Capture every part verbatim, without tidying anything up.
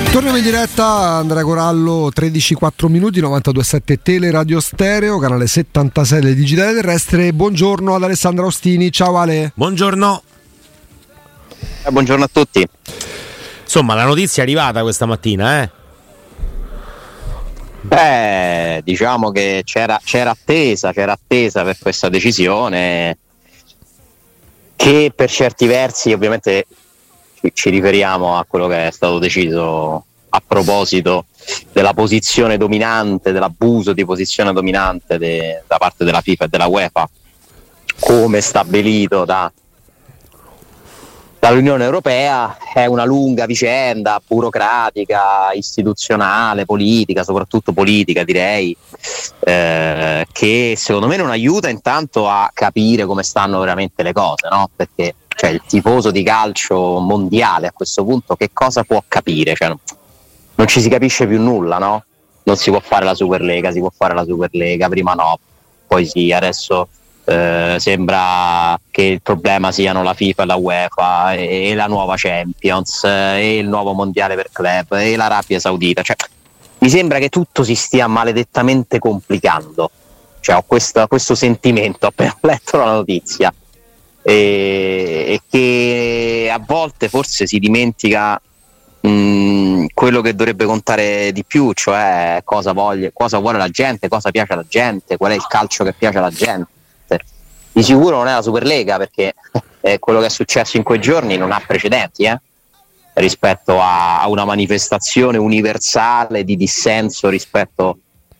Torniamo in diretta, Andrea Corallo, tredici quattro minuti, novantadue virgola sette Tele Radio Stereo, canale settantasei del Digitale Terrestre. Buongiorno ad Alessandro Ostini, ciao Ale. Buongiorno. Eh, buongiorno a tutti. Insomma, la notizia è arrivata questa mattina, eh? Beh, diciamo che c'era, c'era attesa, c'era attesa per questa decisione, che per certi versi ovviamente ci, ci riferiamo a quello che è stato deciso a proposito della posizione dominante, dell'abuso di posizione dominante de, da parte della FIFA e della UEFA, come stabilito da dall'Unione Europea. È una lunga vicenda burocratica, istituzionale, politica, soprattutto politica direi, eh, che secondo me non aiuta intanto a capire come stanno veramente le cose, no? Perché cioè, il tifoso di calcio mondiale a questo punto che cosa può capire? Cioè, non ci si capisce più nulla, no? Non si può fare la Superlega, si può fare la Superlega, prima no, poi sì, adesso Eh, sembra che il problema siano la FIFA e la UEFA e, e la nuova Champions eh, e il nuovo mondiale per club e l'Arabia Saudita. Cioè, mi sembra che tutto si stia maledettamente complicando. Cioè, ho questo, questo sentimento appena letto la notizia e, e che a volte forse si dimentica mh, quello che dovrebbe contare di più, cioè cosa, voglia, cosa vuole la gente, cosa piace alla gente, qual è il calcio che piace alla gente. Di sicuro non è la Superlega, perché eh, quello che è successo in quei giorni non ha precedenti eh, rispetto a, a una manifestazione universale di dissenso rispetto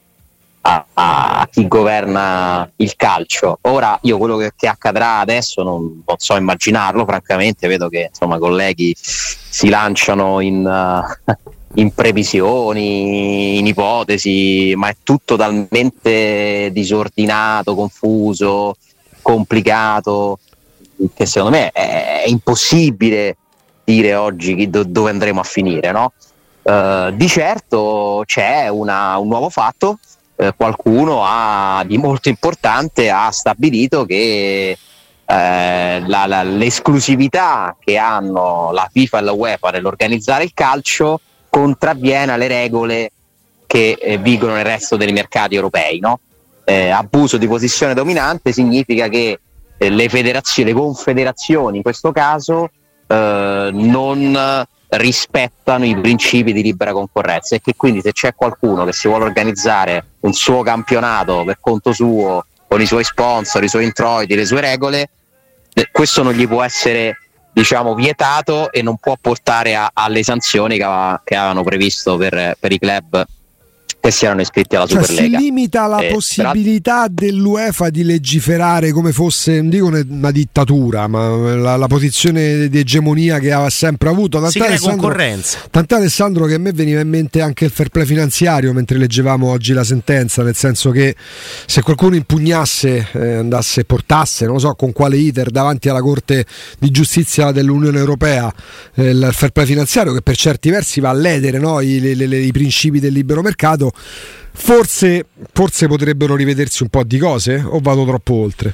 a, a chi governa il calcio. Ora io quello che, che accadrà adesso non, non so immaginarlo, francamente. Vedo che insomma i colleghi si lanciano in, uh, in previsioni, in ipotesi, ma è tutto talmente disordinato, confuso, complicato, che secondo me è, è impossibile dire oggi chi, do, dove andremo a finire, no? Uh, di certo c'è una, un nuovo fatto, uh, qualcuno ha, di molto importante ha stabilito che uh, la, la, l'esclusività che hanno la FIFA e la UEFA nell'organizzare il calcio contravviene alle regole che eh, vigono nel resto dei mercati europei, no? Eh, abuso di posizione dominante significa che eh, le federazioni, le confederazioni in questo caso eh, non rispettano i principi di libera concorrenza, e che quindi se c'è qualcuno che si vuole organizzare un suo campionato per conto suo, con i suoi sponsor, i suoi introiti, le sue regole, eh, questo non gli può essere, diciamo, vietato, e non può portare a, alle sanzioni che, aveva, che avevano previsto per, per i club che si erano iscritti alla cioè, Superlega. Si limita la eh, possibilità tra... dell'UEFA di legiferare come fosse, non dico una dittatura, ma la, la posizione di egemonia che ha sempre avuto. Tant'è, si crea Alessandro, concorrenza. Tant'è, Alessandro, che a me veniva in mente anche il fair play finanziario mentre leggevamo oggi la sentenza, nel senso che se qualcuno impugnasse, eh, andasse, portasse, non lo so con quale iter, davanti alla Corte di Giustizia dell'Unione Europea eh, il fair play finanziario, che per certi versi va a ledere, no, i, le, le, i principi del libero mercato, Forse, forse potrebbero rivedersi un po' di cose, o vado troppo oltre?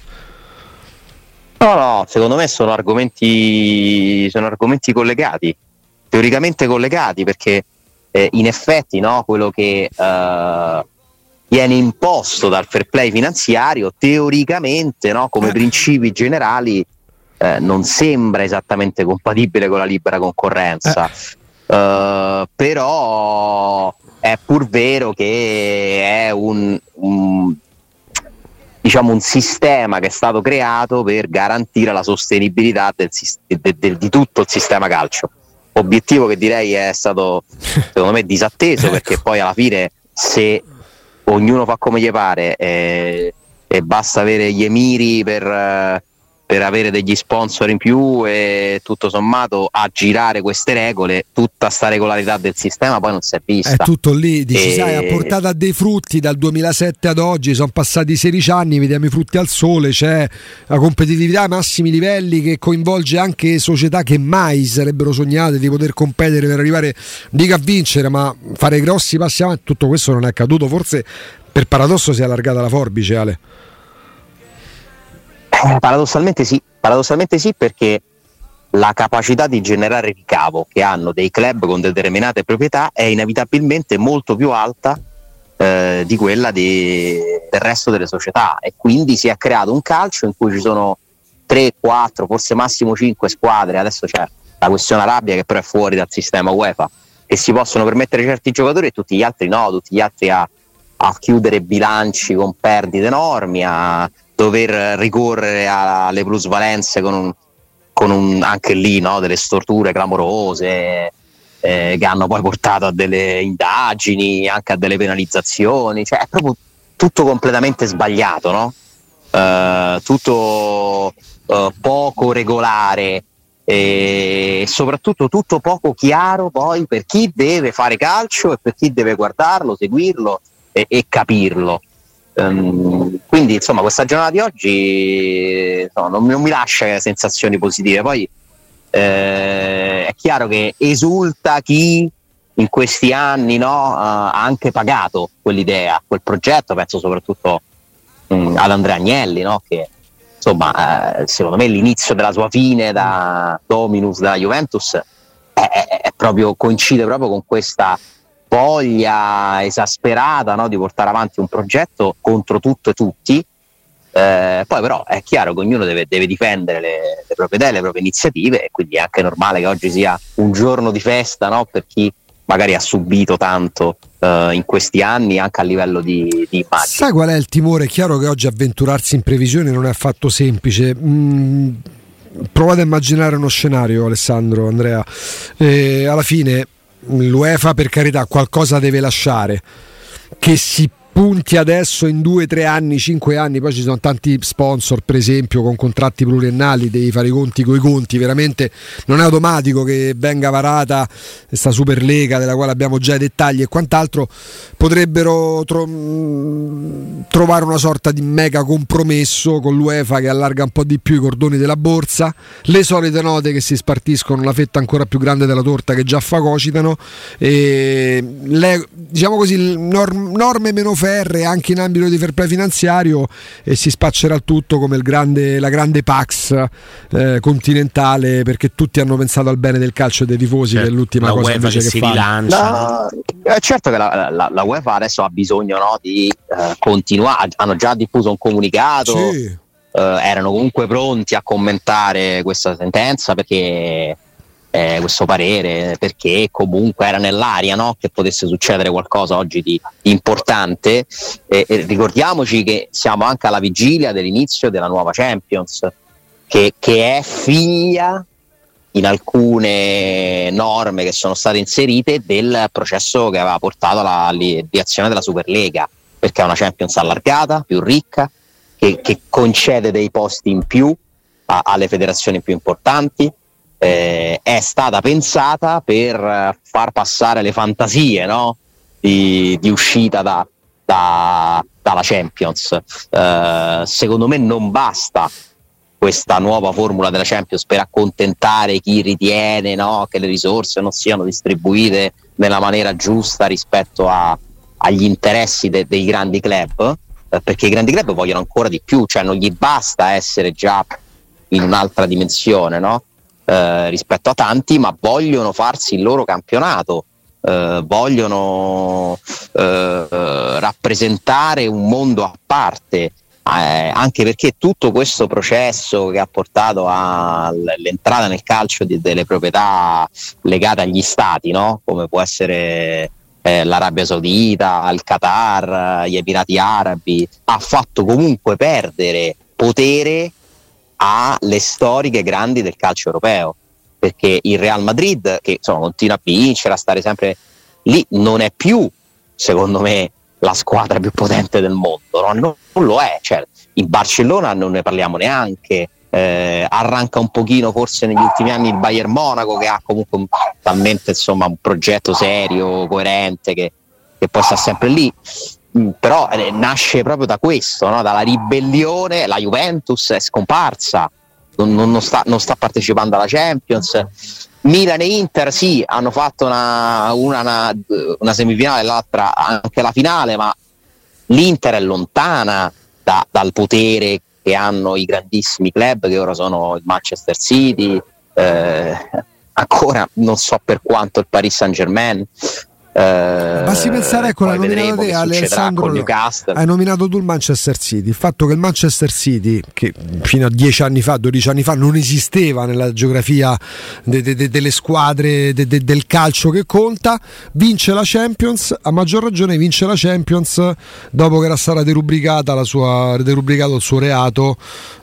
No, no, secondo me sono argomenti, sono argomenti collegati, teoricamente collegati, perché eh, in effetti, no, quello che eh, viene imposto dal fair play finanziario teoricamente, no, come principi generali eh, non sembra esattamente compatibile con la libera concorrenza. Eh. Uh, però è pur vero che è un, un diciamo un sistema che è stato creato per garantire la sostenibilità del, del, del, di tutto il sistema calcio, obiettivo che direi è stato secondo me disatteso, perché poi alla fine se ognuno fa come gli pare eh, e basta avere gli emiri per eh, per avere degli sponsor in più e tutto sommato a girare queste regole, tutta sta regolarità del sistema poi non si è vista. È tutto lì, dici, e... sai, ha portato a dei frutti dal duemilasette ad oggi, sono passati sedici anni, vediamo i frutti al sole, c'è la competitività ai massimi livelli che coinvolge anche società che mai sarebbero sognate di poter competere per arrivare, dico a vincere, ma fare grossi passi avanti. Tutto questo non è accaduto, forse per paradosso si è allargata la forbice, Ale. Paradossalmente sì, paradossalmente sì, perché la capacità di generare ricavo che hanno dei club con determinate proprietà è inevitabilmente molto più alta eh, di quella di, del resto delle società, e quindi si è creato un calcio in cui ci sono tre, quattro, forse massimo cinque squadre. Adesso c'è la questione Arabia che però è fuori dal sistema UEFA, che si possono permettere certi giocatori e tutti gli altri no, tutti gli altri a, a chiudere bilanci con perdite enormi, a dover ricorrere alle plusvalenze con un con un, anche lì no, delle storture clamorose eh, che hanno poi portato a delle indagini, anche a delle penalizzazioni. Cioè è proprio tutto completamente sbagliato, no? Uh, tutto uh, poco regolare e soprattutto tutto poco chiaro poi per chi deve fare calcio e per chi deve guardarlo, seguirlo e, e capirlo. Um, quindi insomma questa giornata di oggi no, non, non mi lascia sensazioni positive. Poi eh, è chiaro che esulta chi in questi anni no, uh, ha anche pagato quell'idea, quel progetto. Penso soprattutto um, ad Andrea Agnelli, no, che insomma eh, secondo me l'inizio della sua fine da Dominus della Juventus è, è, è proprio, coincide proprio con questa voglia esasperata no, di portare avanti un progetto contro tutto e tutti. Eh, poi però è chiaro che ognuno deve, deve difendere le, le proprie idee, le proprie iniziative, e quindi è anche normale che oggi sia un giorno di festa no, per chi magari ha subito tanto eh, in questi anni anche a livello di, di immagine. Sai qual è il timore? È chiaro che oggi avventurarsi in previsione non è affatto semplice. Mm, provate a immaginare uno scenario, Alessandro, Andrea. Eh, alla fine l'UEFA per carità qualcosa deve lasciare, che si punti adesso in due, tre anni, cinque anni, poi ci sono tanti sponsor per esempio con contratti pluriennali, devi fare i conti coi conti, veramente non è automatico che venga varata questa Superlega della quale abbiamo già i dettagli e quant'altro. Potrebbero tro- trovare una sorta di mega compromesso con l'UEFA che allarga un po' di più i cordoni della borsa, le solite note che si spartiscono la fetta ancora più grande della torta che già fagocitano, e le, diciamo così, norm- norme meno ferree anche in ambito di fair play finanziario, e si spaccerà il tutto come il grande, la grande Pax eh, continentale, perché tutti hanno pensato al bene del calcio e dei tifosi, certo, che è l'ultima cosa UEFA invece che, che si fa. rilancia. No, è certo che la, la, la UEFA adesso ha bisogno no, di eh, continuare, hanno già diffuso un comunicato, sì. eh, erano comunque pronti a commentare questa sentenza perché eh, questo parere, perché comunque era nell'aria no, che potesse succedere qualcosa oggi di importante, e, e ricordiamoci che siamo anche alla vigilia dell'inizio della nuova Champions, che, che è figlia in alcune norme che sono state inserite del processo che aveva portato all'azione della Superlega, perché è una Champions allargata, più ricca, che, che concede dei posti in più a, alle federazioni più importanti. Eh, è stata pensata per far passare le fantasie no? di, di uscita da, da, dalla Champions. Eh, secondo me non basta questa nuova formula della Champions per accontentare chi ritiene no, che le risorse non siano distribuite nella maniera giusta rispetto a, agli interessi de, dei grandi club, eh, perché i grandi club vogliono ancora di più, cioè non gli basta essere già in un'altra dimensione no? eh, rispetto a tanti, ma vogliono farsi il loro campionato, eh, vogliono eh, rappresentare un mondo a parte. Eh, anche perché tutto questo processo che ha portato all'entrata nel calcio di, delle proprietà legate agli stati, no? Come può essere eh, l'Arabia Saudita, il Qatar, gli Emirati Arabi, ha fatto comunque perdere potere alle storiche grandi del calcio europeo, perché il Real Madrid, che insomma continua a vincere, a stare sempre lì, non è più, secondo me, la squadra più potente del mondo, no? non, non lo è, cioè, in Barcellona non ne parliamo neanche, eh, arranca un pochino forse negli ultimi anni il Bayern Monaco, che ha comunque un, talmente insomma un progetto serio, coerente, che, che poi sta sempre lì, mm, però eh, nasce proprio da questo, no? Dalla ribellione. La Juventus è scomparsa, non, non, non, sta, non sta partecipando alla Champions. Milan e Inter sì, hanno fatto una, una, una, una semifinale, l'altra anche la finale, ma l'Inter è lontana da, dal potere che hanno i grandissimi club che ora sono il Manchester City, eh, ancora non so per quanto il Paris Saint-Germain. Eh, Basti pensare, ecco, l'hai nominato te, Alessandro, hai nominato tu il Manchester City. Il fatto che il Manchester City, che fino a dieci anni fa, dodici anni fa non esisteva nella geografia de, de, de, delle squadre de, de, del calcio che conta, vince la Champions, a maggior ragione vince la Champions dopo che era stata derubricata la sua, derubricato il suo reato,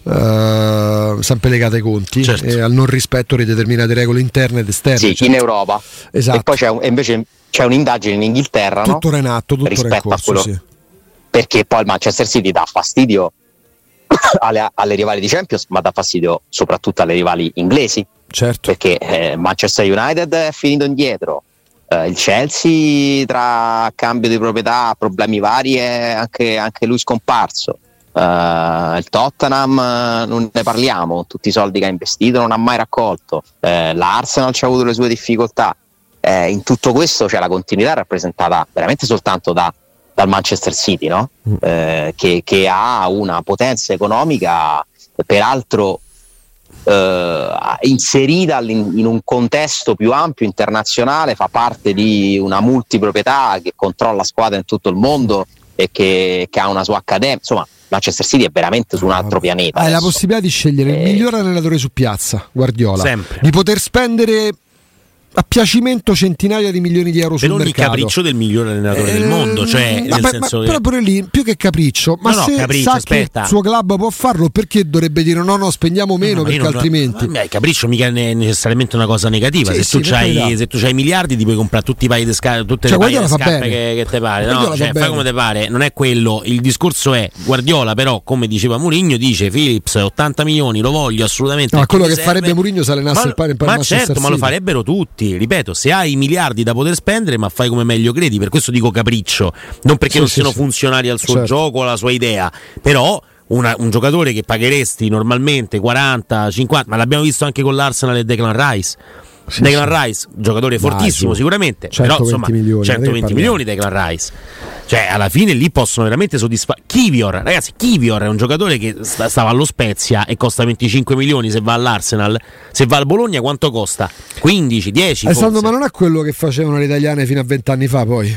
eh, sempre legato ai conti, certo, e al non rispetto di determinate regole interne ed esterne, sì, certo, in Europa. Esatto. E poi c'è un, invece c'è un'indagine in Inghilterra, tutto no? Renato, tutto rispetto in corso, a quello, sì. Perché poi il Manchester City dà fastidio alle, alle rivali di Champions, ma dà fastidio soprattutto alle rivali inglesi, certo, perché eh, Manchester United è finito indietro, eh, il Chelsea tra cambio di proprietà, problemi vari, è anche, anche lui scomparso. Uh, il Tottenham uh, non ne parliamo, tutti i soldi che ha investito non ha mai raccolto, uh, l'Arsenal ci ha avuto le sue difficoltà. Eh, in tutto questo c'è la continuità rappresentata veramente soltanto da, dal Manchester City, no? mm. eh, che, che ha una potenza economica peraltro eh, inserita in, in un contesto più ampio internazionale, fa parte di una multiproprietà che controlla squadre in tutto il mondo e che, che ha una sua accademia. Insomma, Manchester City è veramente su un altro pianeta. Hai adesso. La possibilità di scegliere eh... il miglior allenatore su piazza, Guardiola, sempre, di poter spendere a piacimento centinaia di milioni di euro per sul ogni mercato. Capriccio del migliore allenatore eh, del mondo, cioè ma, nel ma, senso ma, che... però pure lì più che capriccio, ma no, se no, capriccio, sa aspetta. che il suo club può farlo, perché dovrebbe dire no no spendiamo meno, no, no, perché non, altrimenti ma, capriccio mica è necessariamente una cosa negativa, sì, se, tu sì, c'hai, se tu c'hai miliardi ti puoi comprare tutti i paio di scarpe, tutte cioè, le paio di scarpe bene. che, che te pare, Guardiola no? Cioè, fai bene. come te pare, non è quello, il discorso è Guardiola però, come diceva Mourinho, dice Philips ottanta milioni lo voglio assolutamente, no, quello che serve. farebbe Mourinho se allenasse il pane per ma Manchester certo, City. ma lo farebbero tutti, ripeto, se hai i miliardi da poter spendere, ma fai come meglio credi, per questo dico capriccio, non perché sì, non sì, siano sì. funzionali al suo certo. gioco, alla sua idea, però una, un giocatore che pagheresti normalmente quaranta cinquanta, ma l'abbiamo visto anche con l'Arsenal e Declan Rice. Sì, Declan sì. Rice, giocatore Vai, fortissimo su. sicuramente, però insomma milioni, centoventi milioni Declan Rice, cioè alla fine lì possono veramente soddisfare. Kivior, ragazzi, Kivior è un giocatore che stava allo Spezia e costa venticinque milioni se va all'Arsenal, se va al Bologna quanto costa? quindici, dieci eh, Sandro, ma non è quello che facevano le italiane fino a vent'anni fa poi?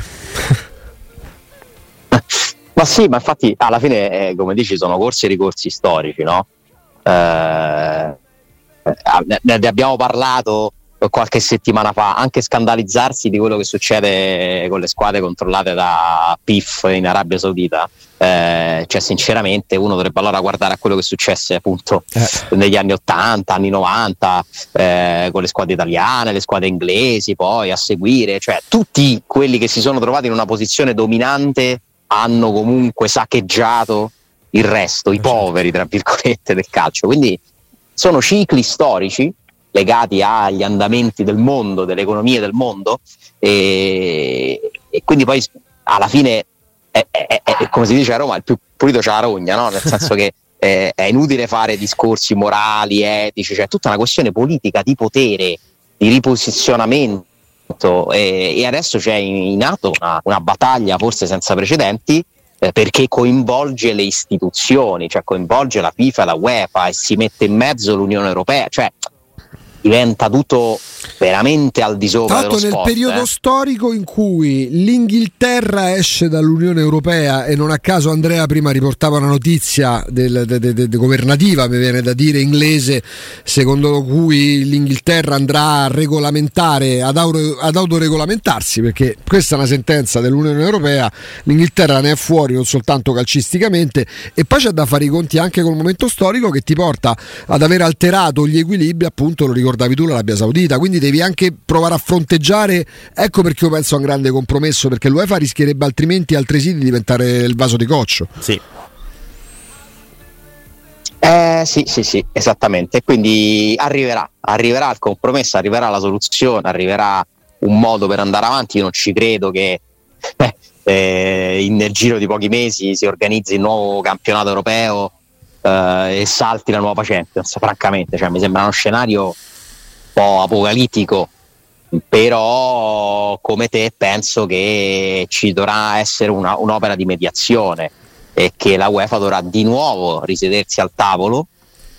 Ma sì, ma infatti alla fine eh, come dici sono corsi e ricorsi storici, no? Eh, ne abbiamo parlato qualche settimana fa, anche scandalizzarsi di quello che succede con le squadre controllate da P I F in Arabia Saudita, eh, cioè sinceramente uno dovrebbe allora guardare a quello che successe appunto eh. negli anni ottanta, anni novanta, eh, con le squadre italiane, le squadre inglesi, poi a seguire, cioè tutti quelli che si sono trovati in una posizione dominante hanno comunque saccheggiato il resto, i poveri tra virgolette del calcio, quindi sono cicli storici legati agli andamenti del mondo, delle economie del mondo, e, e quindi poi alla fine è, è, è, è, come si dice a Roma, il più pulito c'ha la rogna, no? Nel senso che è, è inutile fare discorsi morali, etici, cioè tutta una questione politica di potere, di riposizionamento, e, e adesso c'è in, in atto una, una battaglia forse senza precedenti, eh, perché coinvolge le istituzioni, cioè coinvolge la FIFA e la UEFA e si mette in mezzo l'Unione Europea, cioè diventa tutto veramente al di sopra dello nel sport, periodo eh. storico in cui l'Inghilterra esce dall'Unione Europea, e non a caso Andrea prima riportava una notizia del, de, de, de, de governativa, mi viene da dire inglese, secondo cui l'Inghilterra andrà a regolamentare, ad, auto, ad autoregolamentarsi, perché questa è una sentenza dell'Unione Europea, l'Inghilterra ne è fuori non soltanto calcisticamente, e poi c'è da fare i conti anche col momento storico che ti porta ad aver alterato gli equilibri, appunto lo ricordavi tu, l'Arabia Saudita, quindi devi anche provare a fronteggiare. Ecco perché io penso a un grande compromesso, perché l'UEFA rischierebbe altrimenti altresì di diventare il vaso di coccio. Sì. Eh, sì, sì, sì, esattamente. Quindi arriverà, arriverà il compromesso, arriverà la soluzione, arriverà un modo per andare avanti. Io non ci credo che eh, eh, in, nel giro di pochi mesi si organizzi il nuovo campionato europeo eh, e salti la nuova Champions, francamente, cioè, mi sembra uno scenario po' apocalittico, però come te penso che ci dovrà essere una, un'opera di mediazione e che la UEFA dovrà di nuovo risedersi al tavolo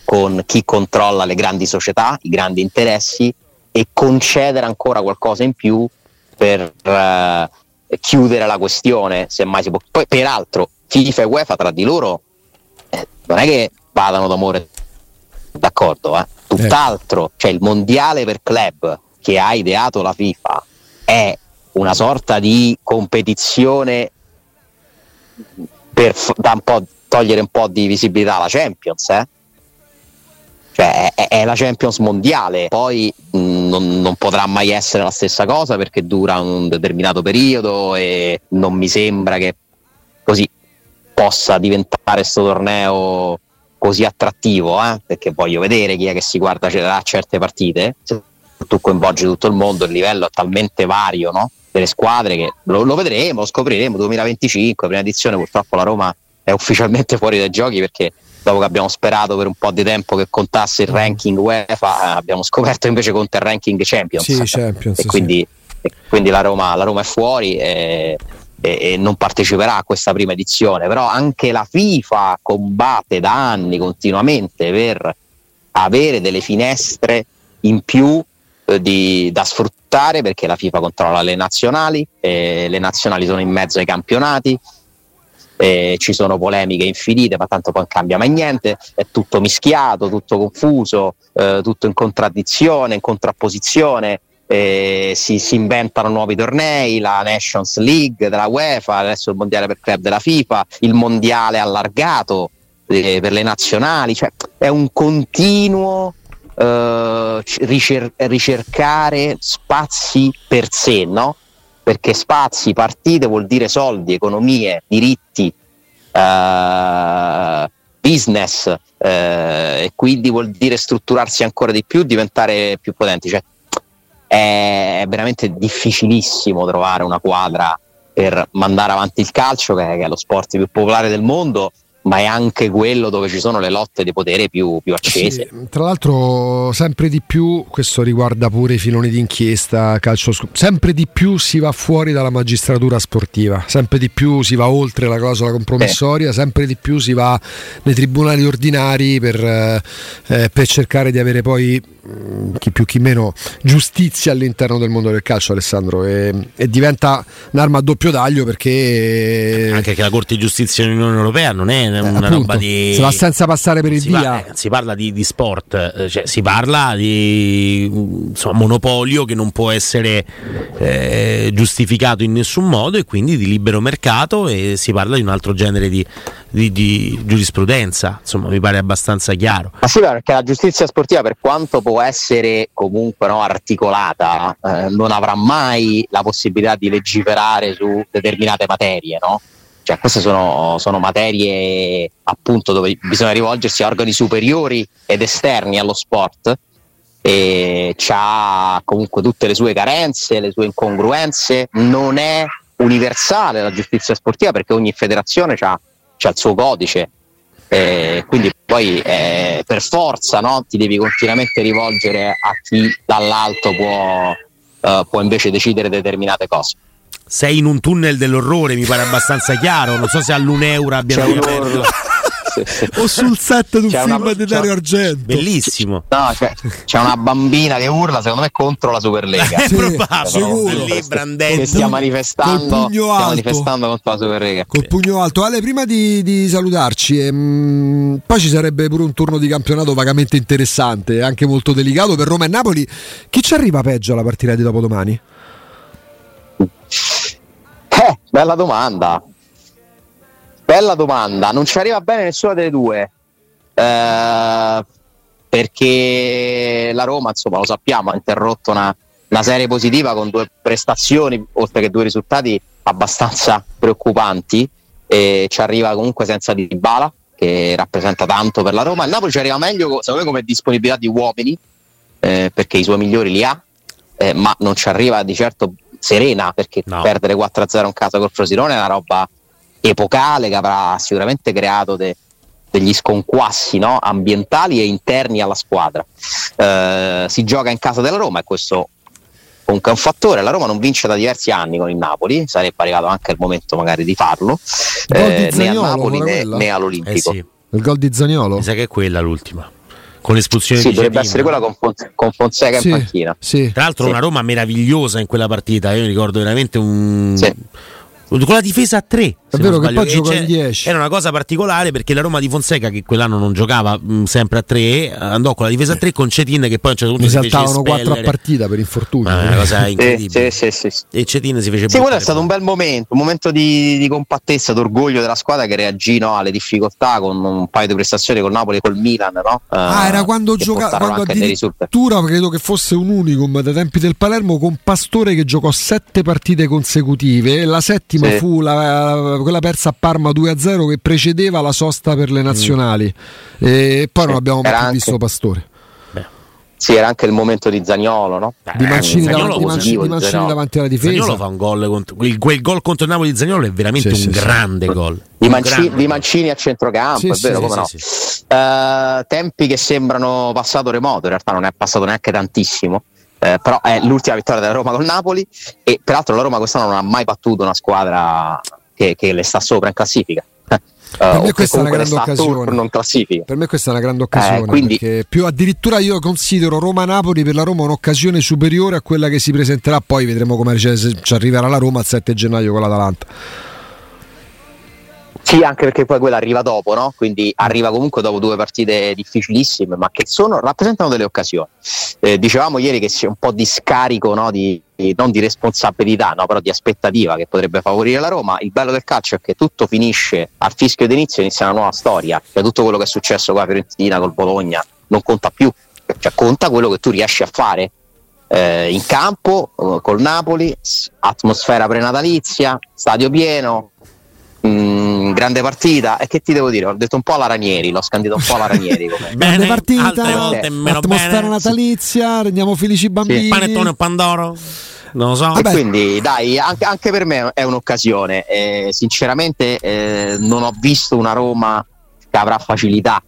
con chi controlla le grandi società, i grandi interessi, e concedere ancora qualcosa in più per uh, chiudere la questione, se mai si può. Poi peraltro FIFA e UEFA tra di loro eh, non è che vadano d'amore d'accordo, eh. tutt'altro, cioè il mondiale per club che ha ideato la FIFA è una sorta di competizione per da un po' togliere un po' di visibilità alla Champions, eh? Cioè è, è la Champions mondiale, poi mh, non, non potrà mai essere la stessa cosa perché dura un determinato periodo e non mi sembra che così possa diventare questo torneo così attrattivo, eh? Perché voglio vedere chi è che si guarda a certe partite. Se tu coinvolgi tutto il mondo, il livello è talmente vario, no? Delle squadre che lo, lo vedremo, lo scopriremo duemilaventicinque, prima edizione. Purtroppo la Roma è ufficialmente fuori dai giochi perché dopo che abbiamo sperato per un po' di tempo che contasse il ranking UEFA, abbiamo scoperto invece conta il ranking Champions, sì, Champions e, sì. quindi, e quindi la Roma, la Roma è fuori e, e, e non parteciperà a questa prima edizione. Però anche la FIFA combatte da anni continuamente per avere delle finestre in più eh, di, da sfruttare, perché la FIFA controlla le nazionali e le nazionali sono in mezzo ai campionati. Eh, ci sono polemiche infinite, ma tanto poi non cambia mai niente, è tutto mischiato, tutto confuso, eh, tutto in contraddizione, in contrapposizione, eh, si, si inventano nuovi tornei, la Nations League della UEFA, adesso il mondiale per club della FIFA, il mondiale allargato eh, per le nazionali, cioè è un continuo eh, ricer- ricercare spazi per sé, no? Perché spazi, partite vuol dire soldi, economie, diritti, eh, business, eh, e quindi vuol dire strutturarsi ancora di più, diventare più potenti. Cioè, è veramente difficilissimo trovare una quadra per mandare avanti il calcio, che è, che è lo sport più popolare del mondo, ma è anche quello dove ci sono le lotte di potere più, più accese. Sì, tra l'altro sempre di più, questo riguarda pure i filoni d'inchiesta, calcio, sempre di più si va fuori dalla magistratura sportiva, sempre di più si va oltre la clausola compromissoria, eh. sempre di più si va nei tribunali ordinari per, eh, per cercare di avere poi chi più chi meno giustizia all'interno del mondo del calcio, Alessandro, e, e diventa un'arma a doppio taglio, perché anche che la Corte di Giustizia dell'Unione Europea non è una appunto, roba di se va senza passare per il si via va, eh, si parla di, di sport, cioè si parla di insomma, monopolio che non può essere eh, giustificato in nessun modo, e quindi di libero mercato, e si parla di un altro genere di, di, di giurisprudenza, insomma mi pare abbastanza chiaro. Ma sì, perché la giustizia sportiva, per quanto può essere comunque no, articolata, eh, non avrà mai la possibilità di legiferare su determinate materie, no? Cioè queste sono, sono materie appunto dove bisogna rivolgersi a organi superiori ed esterni allo sport, e c'ha comunque tutte le sue carenze, le sue incongruenze. Non è universale la giustizia sportiva perché ogni federazione c'ha, c'ha il suo codice, eh, quindi poi eh, per forza no, ti devi continuamente rivolgere a chi dall'alto può, uh, può invece decidere determinate cose. Sei in un tunnel dell'orrore, mi pare abbastanza chiaro. Non so se all'Uneura abbiamo aperto sì, sì. o sul set di un c'è film una, di Dario Argento, bellissimo. No, c'è, c'è una bambina che urla, secondo me, contro la Superlega. È sì, probabile, sicuro. lì Brandelli che stia manifestando, col pugno stia alto. manifestando contro la Superlega. Col pugno alto. Ale, prima di, di salutarci, ehm, poi ci sarebbe pure un turno di campionato vagamente interessante, anche molto delicato per Roma e Napoli. Chi ci arriva peggio alla partita di dopodomani? Eh, bella domanda. Bella domanda. Non ci arriva bene nessuna delle due. Eh, perché la Roma, insomma, lo sappiamo, ha interrotto una, una serie positiva con due prestazioni, oltre che due risultati abbastanza preoccupanti, e ci arriva comunque senza Dybala, che rappresenta tanto per la Roma. Il Napoli ci arriva meglio, secondo me, come disponibilità di uomini, eh, perché i suoi migliori li ha, eh, ma non ci arriva di certo serena, perché no. Perdere quattro a zero in casa col Frosinone è una roba epocale che avrà sicuramente creato de, degli sconquassi, no? ambientali e interni alla squadra. Eh, si gioca in casa della Roma e questo comunque è un fattore. La Roma non vince da diversi anni con il Napoli, sarebbe arrivato anche il momento magari di farlo, eh, di né a Zaniolo, Napoli né, né all'Olimpico. Eh sì. Il gol di Zaniolo? Mi sa che è quella l'ultima. con l'espulsione sì, di dovrebbe Cetin, essere quella con, Fon- con Fonseca sì, in panchina. Sì. Tra l'altro sì. una Roma meravigliosa in quella partita, io mi ricordo veramente un... Sì. con la difesa a tre. È vero che poi giocò in dieci. Era una cosa particolare perché la Roma di Fonseca, che quell'anno non giocava mh, sempre a tre, andò con la difesa a tre con Cetin, che poi a un certo punto mi si fece saltavano espellere. quattro a partita per infortunio. Ma è una cosa incredibile. Sì, sì, sì, sì. E Cetin si fece Sì, quello è buttare stato un fuori. bel momento, un momento di, di compattezza, d'orgoglio della squadra che reagì, no, alle difficoltà con un paio di prestazioni con Napoli e col Milan, no? Ah, Eh, era quando che giocava, portarono quando anche dei risultati. addirittura credo che fosse un unicum dai tempi del Palermo con Pastore che giocò sette partite consecutive e la settima Sì. fu la, quella persa a Parma due a zero che precedeva la sosta per le nazionali mm. e poi Sì, non abbiamo mai era più anche- visto Pastore. Sì, era anche il momento di Zaniolo, no? Eh, Di Mancini, Zaniolo davanti, di così. Mancini, di Mancini Zaniolo. davanti alla difesa. Zaniolo fa un gol contro, quel, quel gol contro il Napoli di Zaniolo è veramente Sì, un sì, grande gol. Di, Un Manci- grande di gol. Mancini a centrocampo, Sì, è sì, vero, sì, come sì, no? sì. Eh, tempi che sembrano passato remoto, in realtà non è passato neanche tantissimo. Eh, però è l'ultima vittoria della Roma col Napoli e peraltro la Roma quest'anno non ha mai battuto una squadra che, che le sta sopra in classifica. Per Uh, me questa è una grande sta occasione. non classifica. Per me questa è una grande occasione, Eh, quindi- perché più addirittura io considero Roma-Napoli per la Roma un'occasione superiore a quella che si presenterà, poi vedremo come ci, ci arriverà la Roma il sette gennaio con l'Atalanta. Sì, anche perché poi quella arriva dopo, no? Quindi arriva comunque dopo due partite difficilissime, ma che sono, rappresentano delle occasioni. Eh, dicevamo ieri che c'è un po' di scarico, no? di, di- non di responsabilità, no? Però di aspettativa che potrebbe favorire la Roma. Il bello del calcio è che tutto finisce al fischio d'inizio, inizia una nuova storia. Cioè tutto quello che è successo con la Fiorentina, col Bologna, non conta più. Cioè conta quello che tu riesci a fare eh, in campo, eh, col Napoli, s- atmosfera prenatalizia, stadio pieno. Mm, grande partita, e che ti devo dire? Ho detto un po' alla Ranieri, l'ho scandito un po' alla Ranieri come. Grande Bene, partita, altre volte meno atmosfera bene. natalizia, rendiamo felici i bambini. Panettone o Pandoro? Non lo so. E Vabbè. quindi dai, anche, anche per me è un'occasione. Eh, sinceramente eh, non ho visto una Roma che avrà facilità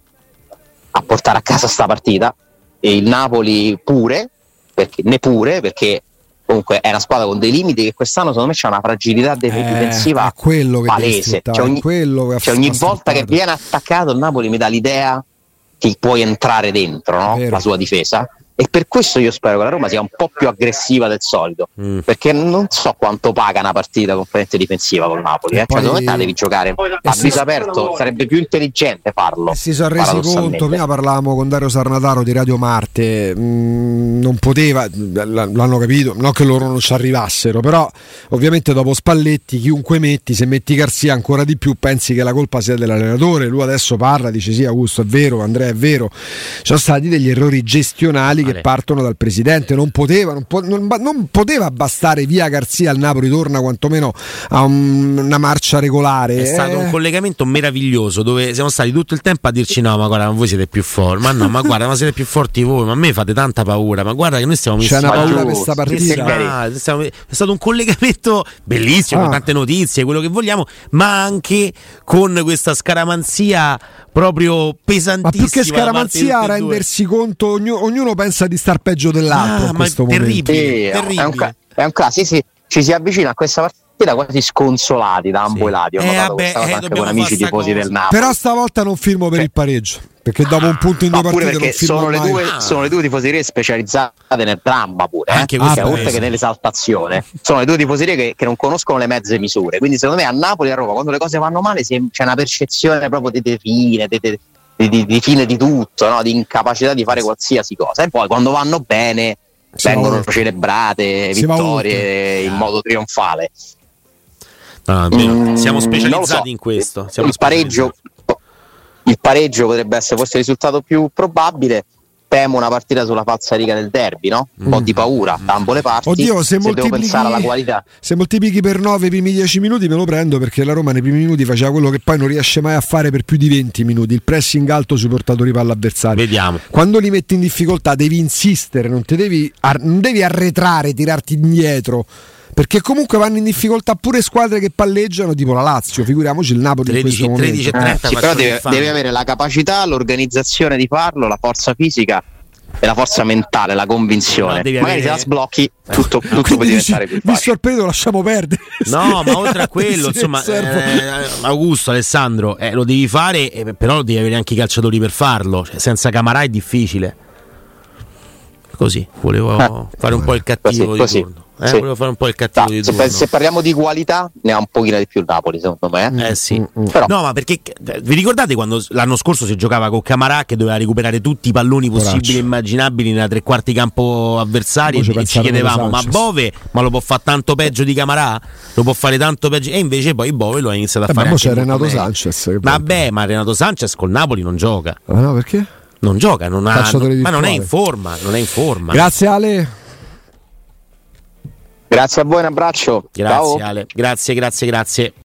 a portare a casa sta partita, e il Napoli pure, perché, neppure perché comunque è una squadra con dei limiti che quest'anno secondo me c'ha una fragilità de- Eh, difensiva è quello che devi palese. sfruttare, Cioè ogni, è quello che ha cioè ogni fa volta che sfruttato. viene attaccato il Napoli mi dà l'idea che puoi entrare dentro, no? Vero. La sua difesa, e per questo io spero che la Roma sia un po' più aggressiva del solito, Mm. perché non so quanto paga una partita completamente difensiva col Napoli, E eh? poi- Cioè, secondo me te la devi giocare a si- viso aperto, sarebbe più intelligente farlo. E si sono resi paradossalmente. conto, prima parlavamo con Dario Sarnataro di Radio Marte, mh, non poteva, l- l'hanno capito, non che loro non ci arrivassero, però ovviamente dopo Spalletti chiunque metti, se metti Garzia ancora di più pensi che la colpa sia dell'allenatore. Lui adesso parla, dice sì Augusto è vero, Andrea è vero, ci sono stati degli errori gestionali Vale. che partono dal presidente, non poteva, non, po- non ba- non poteva bastare via Garzia al Napoli, torna quantomeno a un- una marcia regolare. È stato Eh, un collegamento meraviglioso dove siamo stati tutto il tempo a dirci no, ma guarda, ma voi siete più forti, ma no, ma guarda, ma siete più forti voi, ma a me fate tanta paura, ma guarda che noi stiamo messi C'è una Ma paura giù, per sta messi partita. male. Stiamo- è stato un collegamento bellissimo, Ah. con tante notizie, quello che vogliamo, ma anche con questa scaramanzia proprio pesantissima. Ma più che da parte di scaramanzia, tutti e due. rendersi conto, ognu- ognuno pensa di star peggio dell'altro Ah, in ma questo è momento. terribile. Sì, è terribile. un, ca- è un caso, sì, sì, ci si avvicina a questa partita quasi sconsolati da ambo i lati. Ho Eh, notato vabbè, questa cosa eh, anche dobbiamo con amici fare sta tifosi cosa. del Napoli. Però stavolta non firmo per Cioè- il pareggio, perché dopo un punto in due No, pure partite non perché firmo sono le, mai. due, Ah. sono le due tifoserie specializzate nel dramma pure, eh? Anche Perché questo è oltre vero. che nell'esaltazione sono le due tifoserie che, che non conoscono le mezze misure, quindi secondo me a Napoli e a Roma quando le cose vanno male si- c'è una percezione proprio di, di fine di, di- di- di fine di tutto, no? Di incapacità di fare qualsiasi cosa, e poi quando vanno bene Si va vengono oltre. celebrate Si va vittorie in modo trionfale. No, è vero. Mm, Siamo non lo specializzati so. in questo. Siamo Il pareggio, il pareggio potrebbe essere forse il risultato più probabile. Temo una partita sulla falsariga del derby, no? Un po' di paura da ambo le parti. Oddio, se, devo moltiplichi, pensare alla qualità. se moltiplichi per nove i primi dieci minuti me lo prendo, perché la Roma nei primi minuti faceva quello che poi non riesce mai a fare per più di venti minuti, il pressing alto sui portatori palla avversari. Vediamo. Quando li metti in difficoltà devi insistere, non, ti devi, ar- non devi arretrare, tirarti indietro, perché comunque vanno in difficoltà pure squadre che palleggiano, tipo la Lazio, figuriamoci il Napoli in tredici, questo tredici e momento. Eh, trenta sì, però facciano deve, infame. deve avere la capacità, l'organizzazione di farlo, la forza fisica e la forza mentale, la convinzione. Magari avere... se la sblocchi tutto, tutto può diventare più facile. Visto il periodo lasciamo perdere. No, ma oltre a quello, insomma, eh, Augusto, Alessandro, eh, lo devi fare, eh, però devi avere anche i calciatori per farlo. Cioè, senza Camarà è difficile. Così, volevo eh, fare un po' il cattivo così, di turno. Eh, sì. Volevo fare un po' il cattivo da, di se, turno. Se parliamo di qualità, ne ha un pochino di più il Napoli, secondo me. Eh sì. Però. No, ma perché vi ricordate quando l'anno scorso si giocava con Camarà che doveva recuperare tutti i palloni possibili Poraccio. e immaginabili nella tre quarti campo avversari e ci chiedevamo ma Bove ma lo può fare tanto peggio di Camarà? Lo può fare tanto peggio? E invece poi Bove lo ha iniziato a eh, fare ma anche c'è Renato Sanchez. Vabbè, ma Renato Sanchez col Napoli non gioca. Ma no, perché? Non gioca, non ha, non, ma non è in forma, non è in forma. Grazie Ale. Grazie a voi, un abbraccio. Grazie Ciao. Ale, grazie, grazie, grazie.